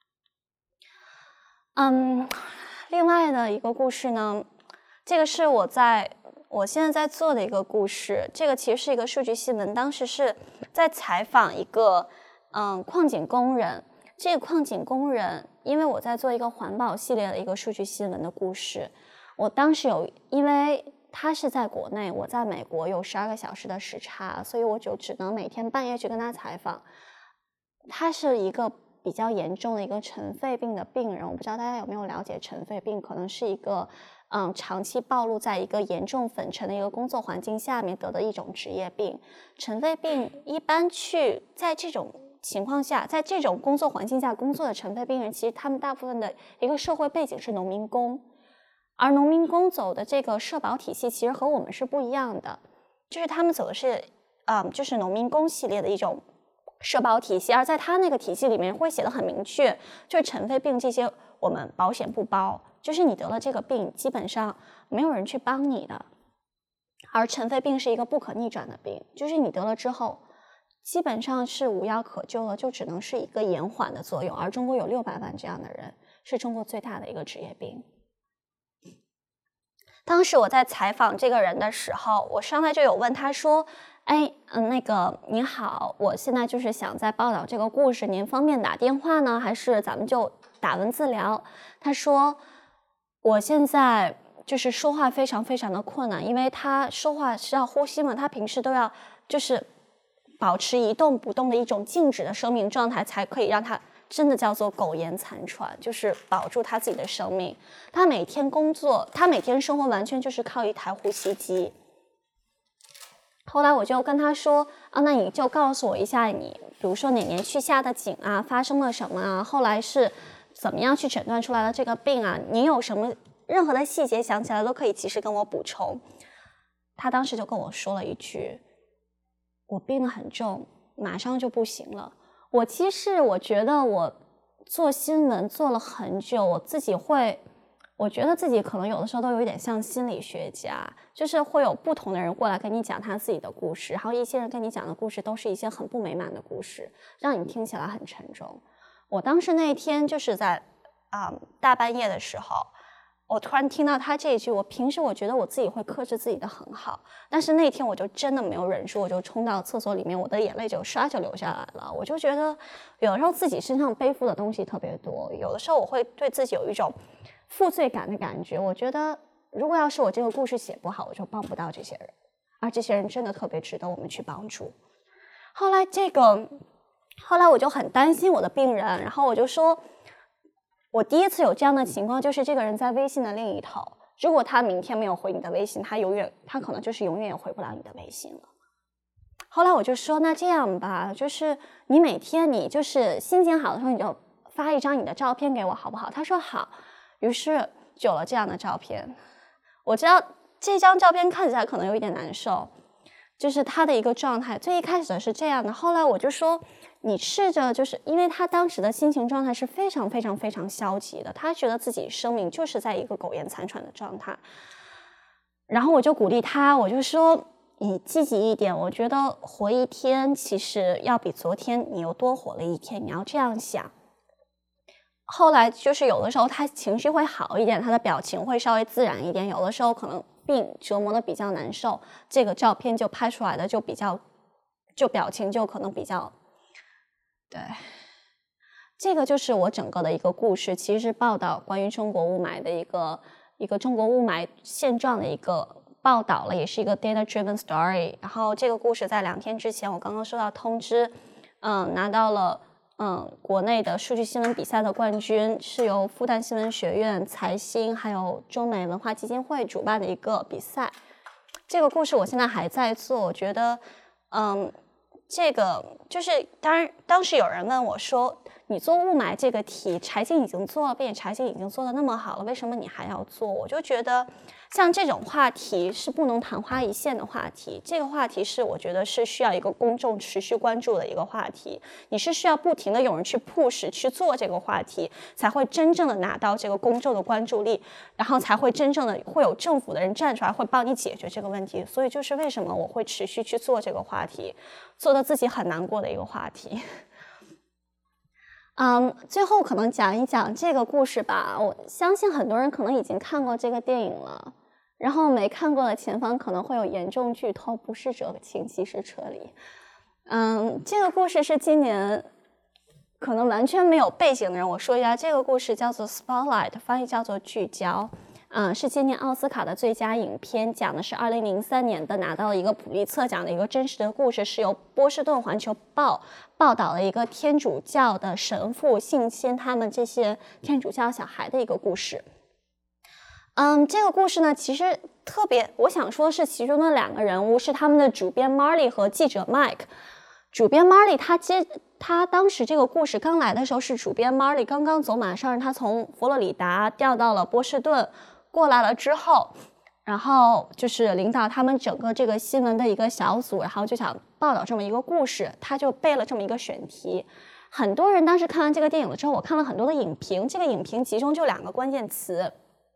嗯，另外的一个故事呢，这个是我在我现在在做的一个故事，这个其实是一个数据新闻，当时是在采访一个嗯矿井工人。这个矿井工人，因为我在做一个环保系列的一个数据新闻的故事，我当时有，因为他是在国内，我在美国有十二个小时的时差，所以我就只能每天半夜去跟他采访。他是一个比较严重的一个尘肺病的病人。我不知道大家有没有了解尘肺病，可能是一个嗯长期暴露在一个严重粉尘的一个工作环境下面得的一种职业病。尘肺病一般去在这种情况下，在这种工作环境下工作的尘肺病人，其实他们大部分的一个社会背景是农民工，而农民工走的这个社保体系其实和我们是不一样的，就是他们走的是嗯就是农民工系列的一种社保体系，而在他那个体系里面会写得很明确，就是尘肺病这些我们保险不包，就是你得了这个病基本上没有人去帮你的。而尘肺病是一个不可逆转的病，就是你得了之后基本上是无药可救了，就只能是一个延缓的作用。而中国有六百万这样的人，是中国最大的一个职业病。当时我在采访这个人的时候，我上来就有问他说，哎，嗯，那个您好，我现在就是想在报道这个故事，您方便打电话呢，还是咱们就打文字聊？他说我现在就是说话非常非常的困难，因为他说话是要呼吸嘛，他平时都要就是保持一动不动的一种静止的生命状态，才可以让他真的叫做苟延残喘，就是保住他自己的生命。他每天工作，他每天生活完全就是靠一台呼吸机。后来我就跟他说啊，那你就告诉我一下你比如说哪年去下的井啊，发生了什么啊，后来是怎么样去诊断出来的这个病啊，你有什么任何的细节想起来都可以及时跟我补充。他当时就跟我说了一句，我病得很重，马上就不行了。我其实我觉得我做新闻做了很久，我自己会我觉得自己可能有的时候都有一点像心理学家，就是会有不同的人过来跟你讲他自己的故事，然后一些人跟你讲的故事都是一些很不美满的故事，让你听起来很沉重。我当时那一天就是在啊、嗯、大半夜的时候，我突然听到他这一句，我平时我觉得我自己会克制自己的很好，但是那天我就真的没有忍住，我就冲到厕所里面，我的眼泪就唰就流下来了。我就觉得有的时候自己身上背负的东西特别多，有的时候我会对自己有一种负罪感的感觉。我觉得如果要是我这个故事写不好，我就帮不到这些人，而这些人真的特别值得我们去帮助。后来这个后来我就很担心我的病人，然后我就说我第一次有这样的情况，就是这个人在微信的另一头，如果他明天没有回你的微信，他永远他可能就是永远也回不了你的微信了。后来我就说那这样吧，就是你每天你就是心情好的时候你就发一张你的照片给我好不好？他说好。于是就有了这样的照片。我知道这张照片看起来可能有一点难受，就是他的一个状态最一开始是这样的，后来我就说你试着，就是因为他当时的心情状态是非常非常非常消极的，他觉得自己生命就是在一个苟延残喘的状态。然后我就鼓励他，我就说你积极一点，我觉得活一天其实要比昨天你又多活了一天，你要这样想。后来就是有的时候他情绪会好一点，他的表情会稍微自然一点，有的时候可能病折磨的比较难受，这个照片就拍出来的就比较就表情就可能比较对。这个就是我整个的一个故事，其实是报道关于中国雾霾的一个一个中国雾霾现状的一个报道了，也是一个 data driven story。然后这个故事在两天之前我刚刚收到通知，嗯，拿到了嗯，国内的数据新闻比赛的冠军，是由复旦新闻学院、财新还有中美文化基金会主办的一个比赛。这个故事我现在还在做，我觉得，嗯，这个就是当然，当时有人问我说，你做雾霾这个题，柴静已经做了，并且柴静已经做得那么好了，为什么你还要做？我就觉得像这种话题是不能昙花一现的话题，这个话题是我觉得是需要一个公众持续关注的一个话题，你是需要不停的有人去 push 去做这个话题，才会真正的拿到这个公众的关注力，然后才会真正的会有政府的人站出来会帮你解决这个问题。所以就是为什么我会持续去做这个话题，做的自己很难过的一个话题。嗯，最后可能讲一讲这个故事吧。我相信很多人可能已经看过这个电影了，然后没看过的前方可能会有严重剧透，不适者请及时撤离。嗯，这个故事是今年可能完全没有背景的人，我说一下，这个故事叫做 Spotlight， 翻译叫做聚焦。 嗯，是今年奥斯卡的最佳影片，讲的是二零零三年的拿到了一个普利策奖的一个真实的故事，是由波士顿环球报报道了一个天主教的神父性侵他们这些天主教小孩的一个故事。嗯，这个故事呢，其实特别，我想说是其中的两个人物是他们的主编 Marley 和记者 Mike。主编 Marley 他接他当时这个故事刚来的时候是主编 Marley 刚刚走马上任，他从佛罗里达调到了波士顿，过来了之后，然后就是领导他们整个这个新闻的一个小组，然后就想报道这么一个故事，他就背了这么一个选题。很多人当时看完这个电影了之后，我看了很多的影评，这个影评其中就两个关键词。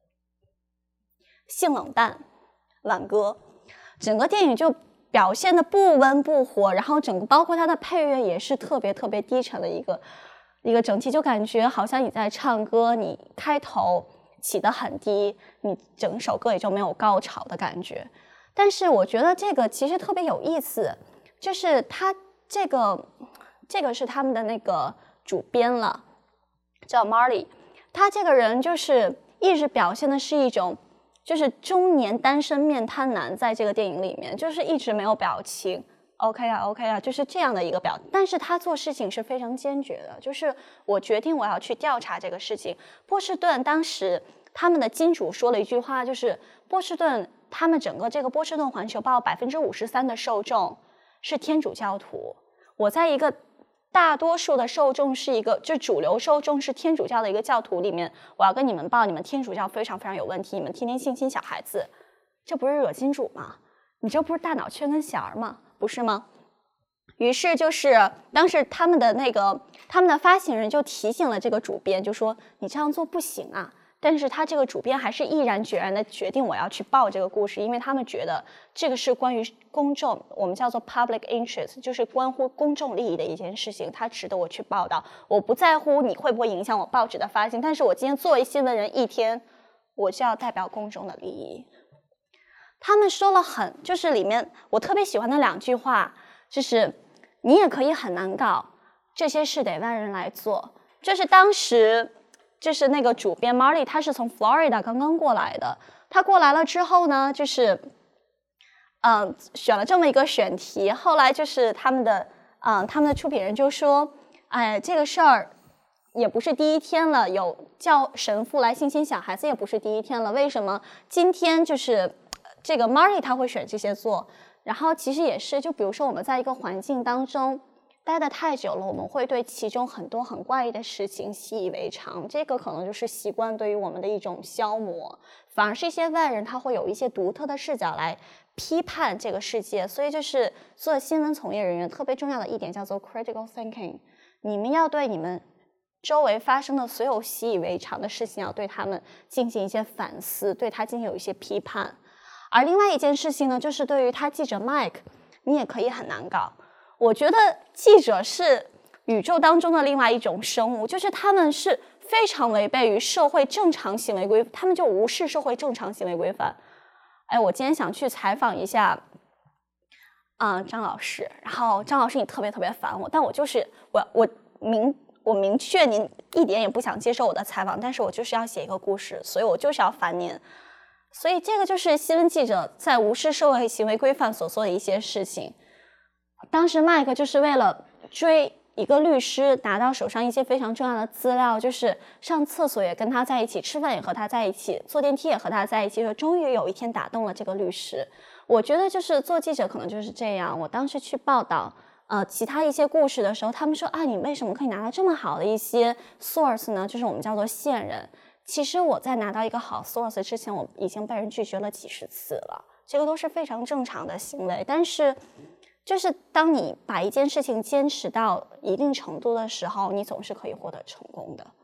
性冷淡，挽歌，整个电影就表现的不温不火，然后整个包括它的配乐也是特别特别低沉的一个一个整体，就感觉好像你在唱歌，你开头起得很低，你整首歌也就没有高潮的感觉。但是我觉得这个其实特别有意思，就是他这个这个是他们的那个主编了，叫 Marley， 他这个人就是一直表现的是一种就是中年单身面瘫男，在这个电影里面就是一直没有表情 OK 啊 OK 啊，就是这样的一个表，但是他做事情是非常坚决的，就是我决定我要去调查这个事情。波士顿当时他们的金主说了一句话，就是波士顿他们整个这个波士顿环球报百分之五十三的受众是天主教徒，我在一个大多数的受众是一个，就主流受众是天主教的一个教徒里面，我要跟你们报，你们天主教非常非常有问题，你们天天性侵小孩子，这不是惹金主吗？你这不是大脑缺根弦吗？不是吗？于是就是当时他们的那个他们的发行人就提醒了这个主编，就说你这样做不行啊。但是他这个主编还是毅然决然的决定我要去报这个故事，因为他们觉得这个是关于公众，我们叫做 public interest， 就是关乎公众利益的一件事情，它值得我去报道。我不在乎你会不会影响我报纸的发行，但是我今天作为新闻人一天，我就要代表公众的利益。他们说了很，就是里面我特别喜欢的两句话，就是你也可以很难搞，这些事得外人来做。就是当时就是那个主编 Marley， 他是从 Florida 刚刚过来的，他过来了之后呢，就是嗯选了这么一个选题，后来就是他们的嗯他们的出品人就说，哎，这个事儿也不是第一天了，有叫神父来性侵小孩子也不是第一天了，为什么今天就是这个 Marley 他会选这些做？然后其实也是，就比如说我们在一个环境当中待得太久了，我们会对其中很多很怪异的事情习以为常，这个可能就是习惯对于我们的一种消磨，反而是一些外人他会有一些独特的视角来批判这个世界。所以就是做新闻从业人员特别重要的一点叫做 critical thinking， 你们要对你们周围发生的所有习以为常的事情要对他们进行一些反思，对他进行有一些批判。而另外一件事情呢，就是对于他记者 Mike， 你也可以很难搞。我觉得记者是宇宙当中的另外一种生物，就是他们是非常违背于社会正常行为规范，他们就无视社会正常行为规范。哎，我今天想去采访一下啊、呃、张老师，然后张老师你特别特别烦我，但我就是我我明我明确您一点也不想接受我的采访，但是我就是要写一个故事，所以我就是要烦您。所以这个就是新闻记者在无视社会行为规范所做的一些事情。当时麦克就是为了追一个律师，拿到手上一些非常重要的资料，就是上厕所也跟他在一起，吃饭也和他在一起，坐电梯也和他在一起，说终于有一天打动了这个律师。我觉得就是做记者可能就是这样。我当时去报道呃其他一些故事的时候，他们说啊，你为什么可以拿到这么好的一些 source 呢？就是我们叫做线人。其实我在拿到一个好 source 之前，我已经被人拒绝了几十次了，这个都是非常正常的行为。但是就是当你把一件事情坚持到一定程度的时候，你总是可以获得成功的。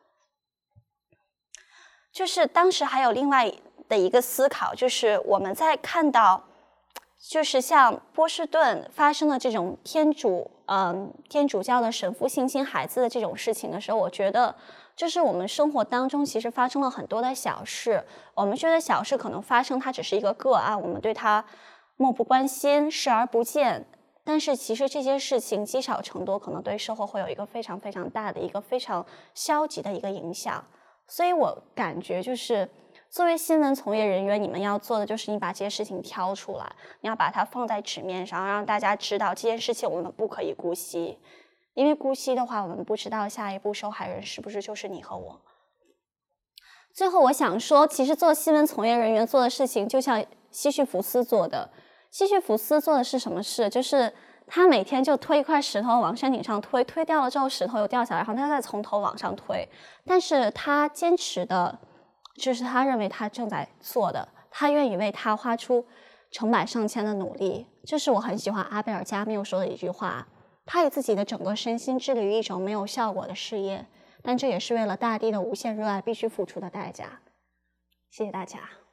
就是当时还有另外的一个思考，就是我们在看到就是像波士顿发生的这种天主嗯天主教的神父性侵孩子的这种事情的时候，我觉得就是我们生活当中其实发生了很多的小事，我们觉得小事可能发生它只是一个个案，我们对它漠不关心，视而不见，但是其实这些事情积少成多，可能对社会会有一个非常非常大的一个非常消极的一个影响。所以我感觉就是作为新闻从业人员，你们要做的就是你把这些事情挑出来，你要把它放在纸面上，让大家知道这件事情我们不可以姑息。因为姑息的话，我们不知道下一步受害人是不是就是你和我。最后我想说，其实做新闻从业人员做的事情就像希绪福斯做的。希绪福斯做的是什么事？就是他每天就推一块石头往山顶上推，推掉了之后石头又掉下来，然后他再从头往上推。但是他坚持的就是他认为他正在做的，他愿意为他花出成百上千的努力。这是我很喜欢阿贝尔加缪说的一句话，他以自己的整个身心致力于一种没有效果的事业，但这也是为了大地的无限热爱必须付出的代价。谢谢大家。